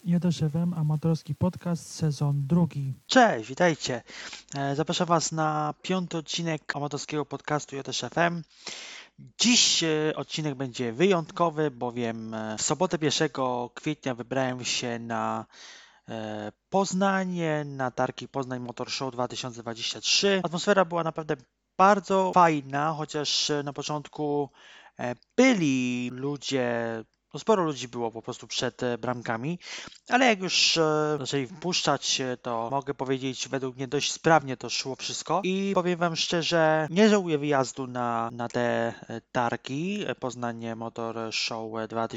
JSFM, amatorski podcast, sezon drugi. Cześć, witajcie. Zapraszam Was na 5. odcinek amatorskiego podcastu JSFM. Dziś odcinek będzie wyjątkowy, bowiem w sobotę 1 kwietnia wybrałem się na Poznań, na targi Poznań Motor Show 2023. Atmosfera była naprawdę bardzo fajna, chociaż na początku byli ludzie, sporo ludzi było po prostu przed bramkami, ale jak już zaczęli wpuszczać, to mogę powiedzieć, według mnie dość sprawnie to szło wszystko i powiem Wam szczerze, nie żałuję wyjazdu na te targi Poznań Motor Show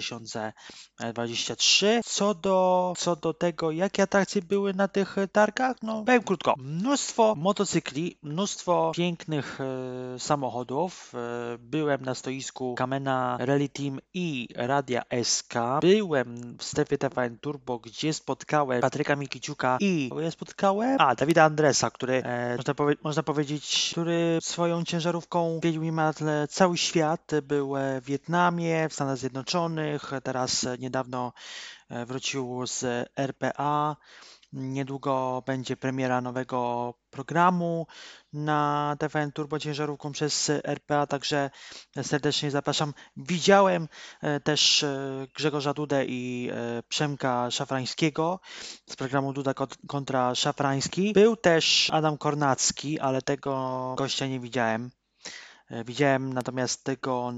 2023. Co do tego, jakie atrakcje były na tych targach, no powiem krótko. Mnóstwo motocykli, mnóstwo pięknych samochodów. Byłem na stoisku Kamena Rally Team i Radia SK. Byłem w strefie TVN Turbo, gdzie spotkałem Patryka Mikiciuka i Dawida Andresa, który można powiedzieć, który swoją ciężarówką wiedził niemal cały świat. Był w Wietnamie, w Stanach Zjednoczonych, teraz niedawno wrócił z RPA. Niedługo będzie premiera nowego programu na TVN Turbo ciężarówką przez RPA, także serdecznie zapraszam. Widziałem też Grzegorza Dudę i Przemka Szafrańskiego z programu Duda kontra Szafrański. Był też Adam Kornacki, ale tego gościa nie widziałem. Widziałem natomiast tego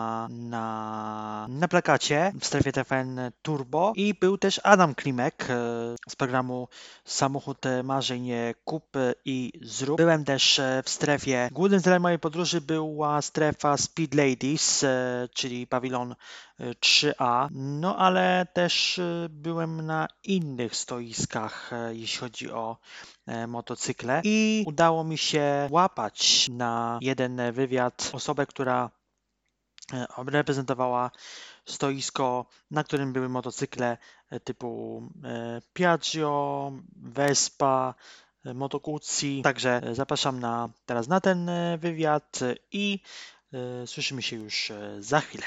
na plakacie w strefie TVN Turbo i był też Adam Klimek z programu Samochód Marzeń Kup i Zrób. Byłem też w strefie, głównym celem mojej podróży była strefa Speed Ladies, czyli pawilon 3A, no ale też byłem na innych stoiskach, jeśli chodzi o motocykle i udało mi się łapać na jeden wywiad osobę, która reprezentowała stoisko, na którym były motocykle typu Piaggio, Vespa, Moto Guzzi. Także zapraszam teraz na ten wywiad i słyszymy się już za chwilę.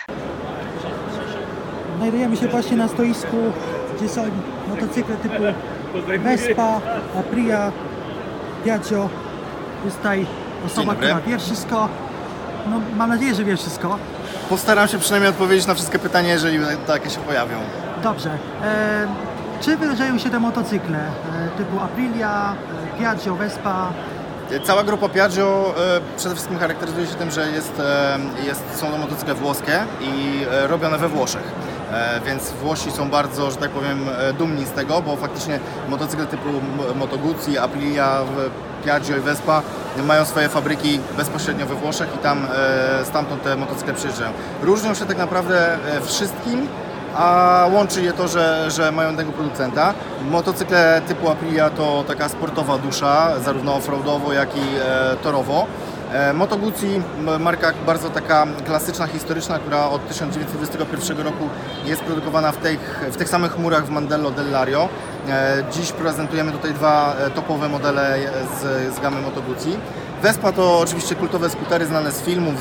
Znajdujemy się właśnie na stoisku, gdzie są motocykle typu Vespa, Aprilia, Piaggio. Jest tutaj osoba, która wie wszystko. No, mam nadzieję, że wie wszystko. Postaram się przynajmniej odpowiedzieć na wszystkie pytania, jeżeli takie się pojawią. Dobrze. Czy wyróżniają się te motocykle typu Aprilia, Piaggio, Vespa? Cała grupa Piaggio przede wszystkim charakteryzuje się tym, że są to motocykle włoskie i robione we Włoszech. Więc Włosi są bardzo, że tak powiem, dumni z tego, bo faktycznie motocykle typu Moto Guzzi, Aprilia, Piaggio i Vespa mają swoje fabryki bezpośrednio we Włoszech i stamtąd te motocykle przyjeżdżają. Różnią się tak naprawdę wszystkim, a łączy je to, że mają tego producenta. Motocykle typu Aprilia to taka sportowa dusza, zarówno offroadowo, jak i torowo. Moto Guzzi, marka bardzo taka klasyczna, historyczna, która od 1921 roku jest produkowana w tych samych chmurach w Mandello del Lario. Dziś prezentujemy tutaj dwa topowe modele z gamy Moto Guzzi. Vespa to oczywiście kultowe skutery znane z filmów,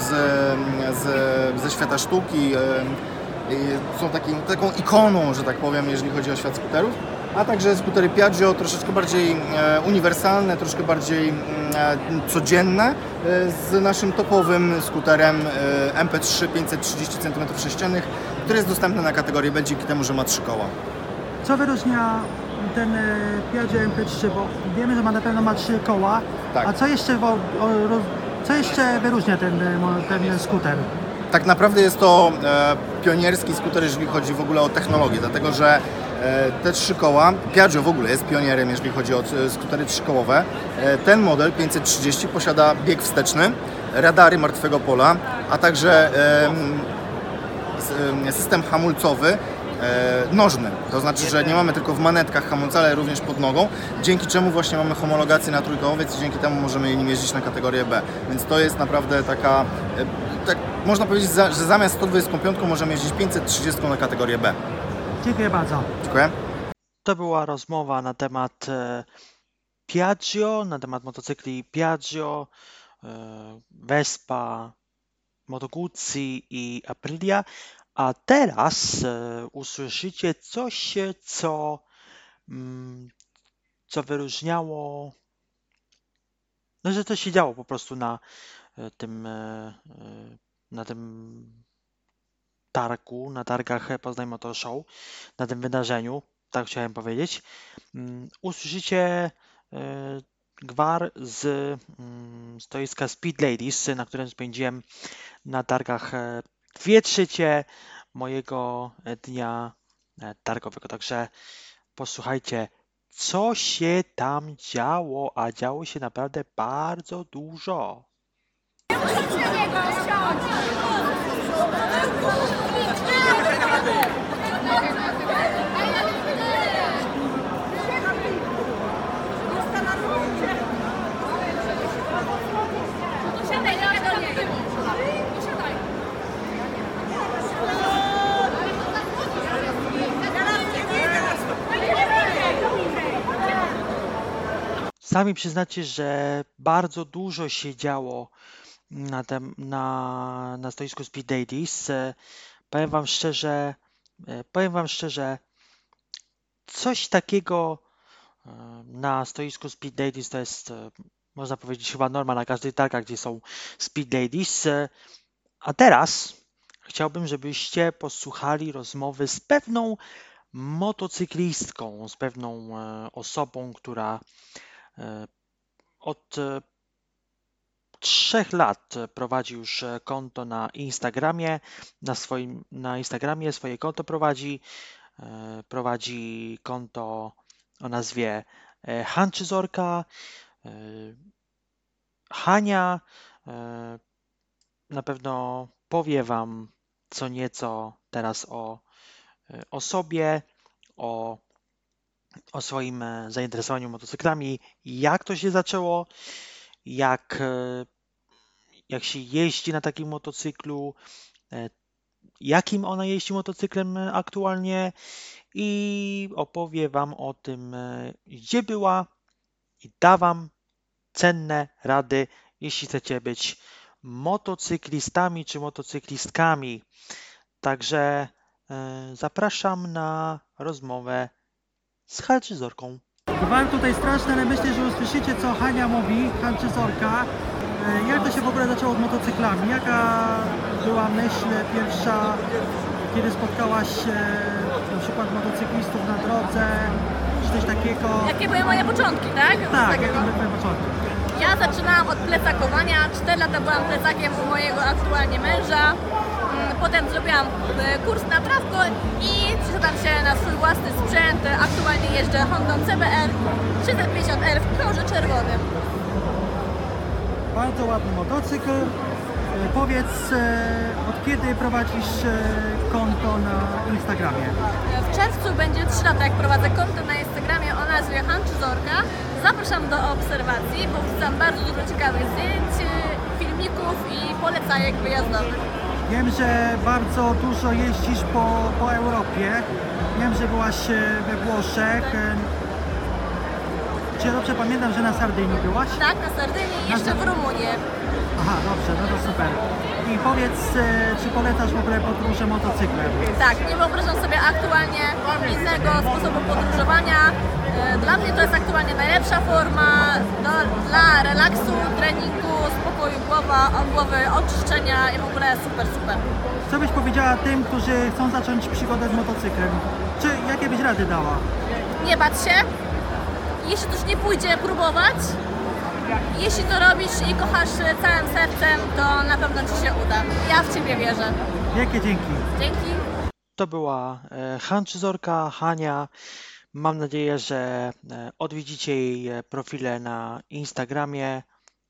ze świata sztuki. Są taką ikoną, że tak powiem, jeżeli chodzi o świat skuterów, a także skutery Piaggio troszeczkę bardziej uniwersalne, troszkę bardziej codzienne, z naszym topowym skuterem MP3 530 cm3, który jest dostępny na kategorię B dzięki temu, że ma 3 koła. Co wyróżnia ten Piaggio MP3, bo wiemy, że na pewno ma 3 koła, Tak. A co jeszcze wyróżnia ten skuter? Tak naprawdę jest to pionierski skuter, jeżeli chodzi w ogóle o technologię, dlatego że te 3 koła, Piaggio w ogóle jest pionierem, jeżeli chodzi o skutery 3-kołowe. Ten model 530 posiada bieg wsteczny, radary martwego pola, a także system hamulcowy nożny. To znaczy, że nie mamy tylko w manetkach hamulca, ale również pod nogą, dzięki czemu właśnie mamy homologację na trójkołowiec i dzięki temu możemy nim jeździć na kategorię B. Więc to jest naprawdę taka, można powiedzieć, że zamiast 125 możemy jeździć 530 na kategorię B. Dziękuję bardzo. Dziękuję. To była rozmowa na temat Piaggio, na temat motocykli Piaggio, Vespa, Moto Guzzi i Aprilia. A teraz usłyszycie coś, co co wyróżniało, no, że to się działo po prostu na tym targu, na targach Poznań Motor Show, na tym wydarzeniu, tak chciałem powiedzieć. Usłyszycie gwar z stoiska Speed Ladies, na którym spędziłem na targach 2/3 mojego dnia targowego. Także posłuchajcie, co się tam działo, a działo się naprawdę bardzo dużo. Sami przyznacie, że bardzo dużo się działo na stoisku Speed Ladies. Powiem wam szczerze, coś takiego na stoisku Speed Ladies to jest, można powiedzieć, chyba norma na każdej targach, gdzie są Speed Ladies. A teraz chciałbym, żebyście posłuchali rozmowy z pewną motocyklistką, z pewną osobą, która od 3 lat prowadzi już konto na Instagramie. Na Instagramie swoje konto prowadzi konto o nazwie Hanczyzorka. Hania na pewno powie wam co nieco teraz o sobie, o swoim zainteresowaniu motocyklami, jak to się zaczęło, jak się jeździ na takim motocyklu, jakim ona jeździ motocyklem aktualnie i opowie wam o tym, gdzie była i da wam cenne rady, jeśli chcecie być motocyklistami czy motocyklistkami. Także zapraszam na rozmowę z Hanczyzorką. Gwar tutaj straszny, ale myślę, że usłyszycie, co Hania mówi, Hanczyzorka. Jak to się w ogóle zaczęło od motocyklami? Jaka była myśl pierwsza, kiedy spotkałaś na przykład motocyklistów na drodze, czy coś takiego? Jakie były moje początki, tak? Tak, jakie były twoje początki? Ja zaczynałam od plecakowania, 4 lata byłam plecakiem u mojego aktualnie męża. Potem zrobiłam kurs na trawko i przyszedłam się na swój własny sprzęt. Aktualnie jeżdżę Hondą CBR 350R w kolorze czerwonym. Bardzo ładny motocykl. Powiedz, od kiedy prowadzisz konto na Instagramie? W czerwcu będzie 3 lata, jak prowadzę konto na Instagramie o nazwie Hanczyzorka. Zapraszam do obserwacji, bo wrzucam bardzo dużo ciekawych zdjęć, filmików i polecajek wyjazdowych. Wiem, że bardzo dużo jeździsz po Europie. Wiem, że byłaś we Włoszech. Czy ja dobrze pamiętam, że na Sardynii byłaś? Tak, na Sardynii i jeszcze w Rumunii. Aha, dobrze, no to super. I powiedz, czy polecasz w ogóle podróże motocyklem? Tak, nie wyobrażam sobie aktualnie innego sposobu podróżowania. Dla mnie to jest aktualnie najlepsza forma dla relaksu, treningu, spokoju głowy, oczyszczenia i w ogóle super, super. Co byś powiedziała tym, którzy chcą zacząć przygodę z motocyklem? Czy jakie byś rady dała? Nie bać się. Jeśli coś nie pójdzie, próbować. Jeśli to robisz i kochasz całym sercem, to na pewno Ci się uda. Ja w Ciebie wierzę. Wielkie dzięki. Dzięki. To była Hanczyzorka, Hania. Mam nadzieję, że odwiedzicie jej profile na Instagramie,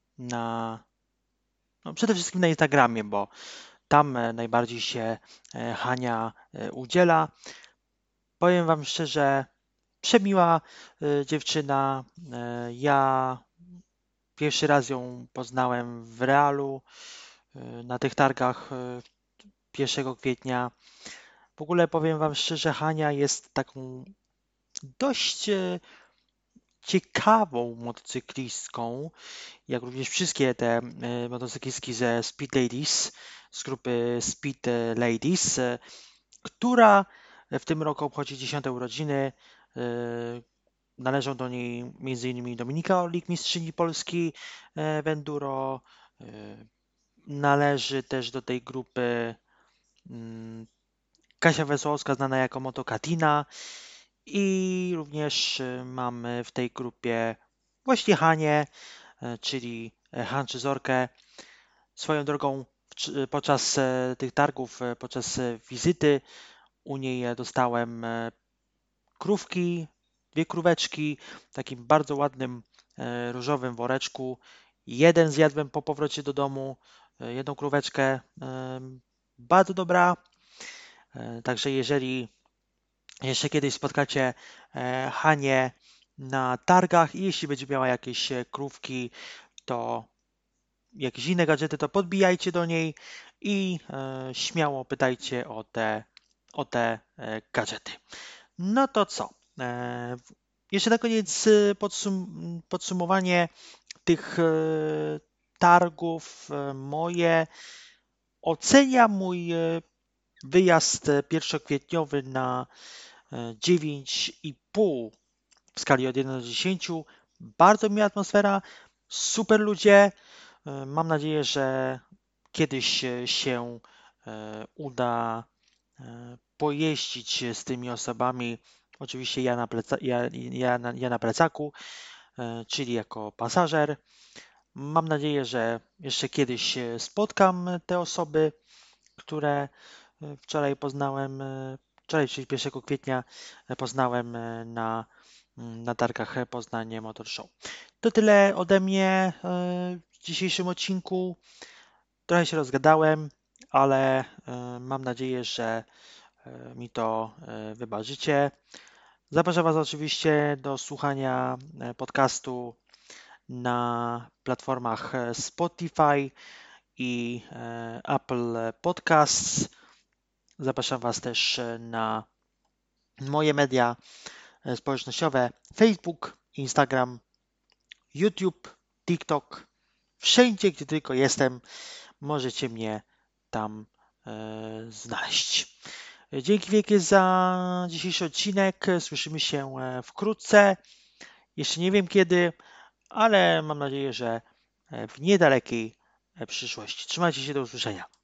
przede wszystkim na Instagramie, bo tam najbardziej się Hania udziela. Powiem wam szczerze, przemiła dziewczyna. Ja pierwszy raz ją poznałem w realu na tych targach 1 kwietnia. W ogóle powiem wam szczerze, Hania jest taką dość ciekawą motocyklistką, jak również wszystkie te motocyklistki ze Speed Ladies, z grupy Speed Ladies, która w tym roku obchodzi 10. urodziny, Należą do niej m.in. Dominika Orlik, mistrzyni Polski w enduro. Należy też do tej grupy mm, Kasia Wesołowska, znana jako Moto Katina, i również mamy w tej grupie właśnie Hanię, czyli Hanczyzorkę. Swoją drogą podczas tych targów, podczas wizyty u niej dostałem krówki, 2 króweczki w takim bardzo ładnym różowym woreczku. Jeden zjadłem po powrocie do domu, jedną króweczkę, bardzo dobra. Także jeżeli jeszcze kiedyś spotkacie Hanię na targach i jeśli będzie miała jakieś krówki, to jakieś inne gadżety, to podbijajcie do niej i śmiało pytajcie o te gadżety. No to co? Jeszcze na koniec podsumowanie tych targów moje. Oceniam mój wyjazd pierwszokwietniowy na 9,5 w skali od 1 do 10. Bardzo miła atmosfera, super ludzie. Mam nadzieję, że kiedyś się uda pojeździć z tymi osobami. Oczywiście ja na plecaku, czyli jako pasażer. Mam nadzieję, że jeszcze kiedyś spotkam te osoby, które wczoraj poznałem, wczoraj, czyli 1 kwietnia poznałem na targach Poznań Motor Show. To tyle ode mnie w dzisiejszym odcinku. Trochę się rozgadałem, ale mam nadzieję, że mi to wybaczycie. Zapraszam Was oczywiście do słuchania podcastu na platformach Spotify i Apple Podcasts. Zapraszam Was też na moje media społecznościowe: Facebook, Instagram, YouTube, TikTok. Wszędzie, gdzie tylko jestem, możecie mnie tam znaleźć. Dzięki wielkie za dzisiejszy odcinek. Słyszymy się wkrótce. Jeszcze nie wiem kiedy, ale mam nadzieję, że w niedalekiej przyszłości. Trzymajcie się, do usłyszenia.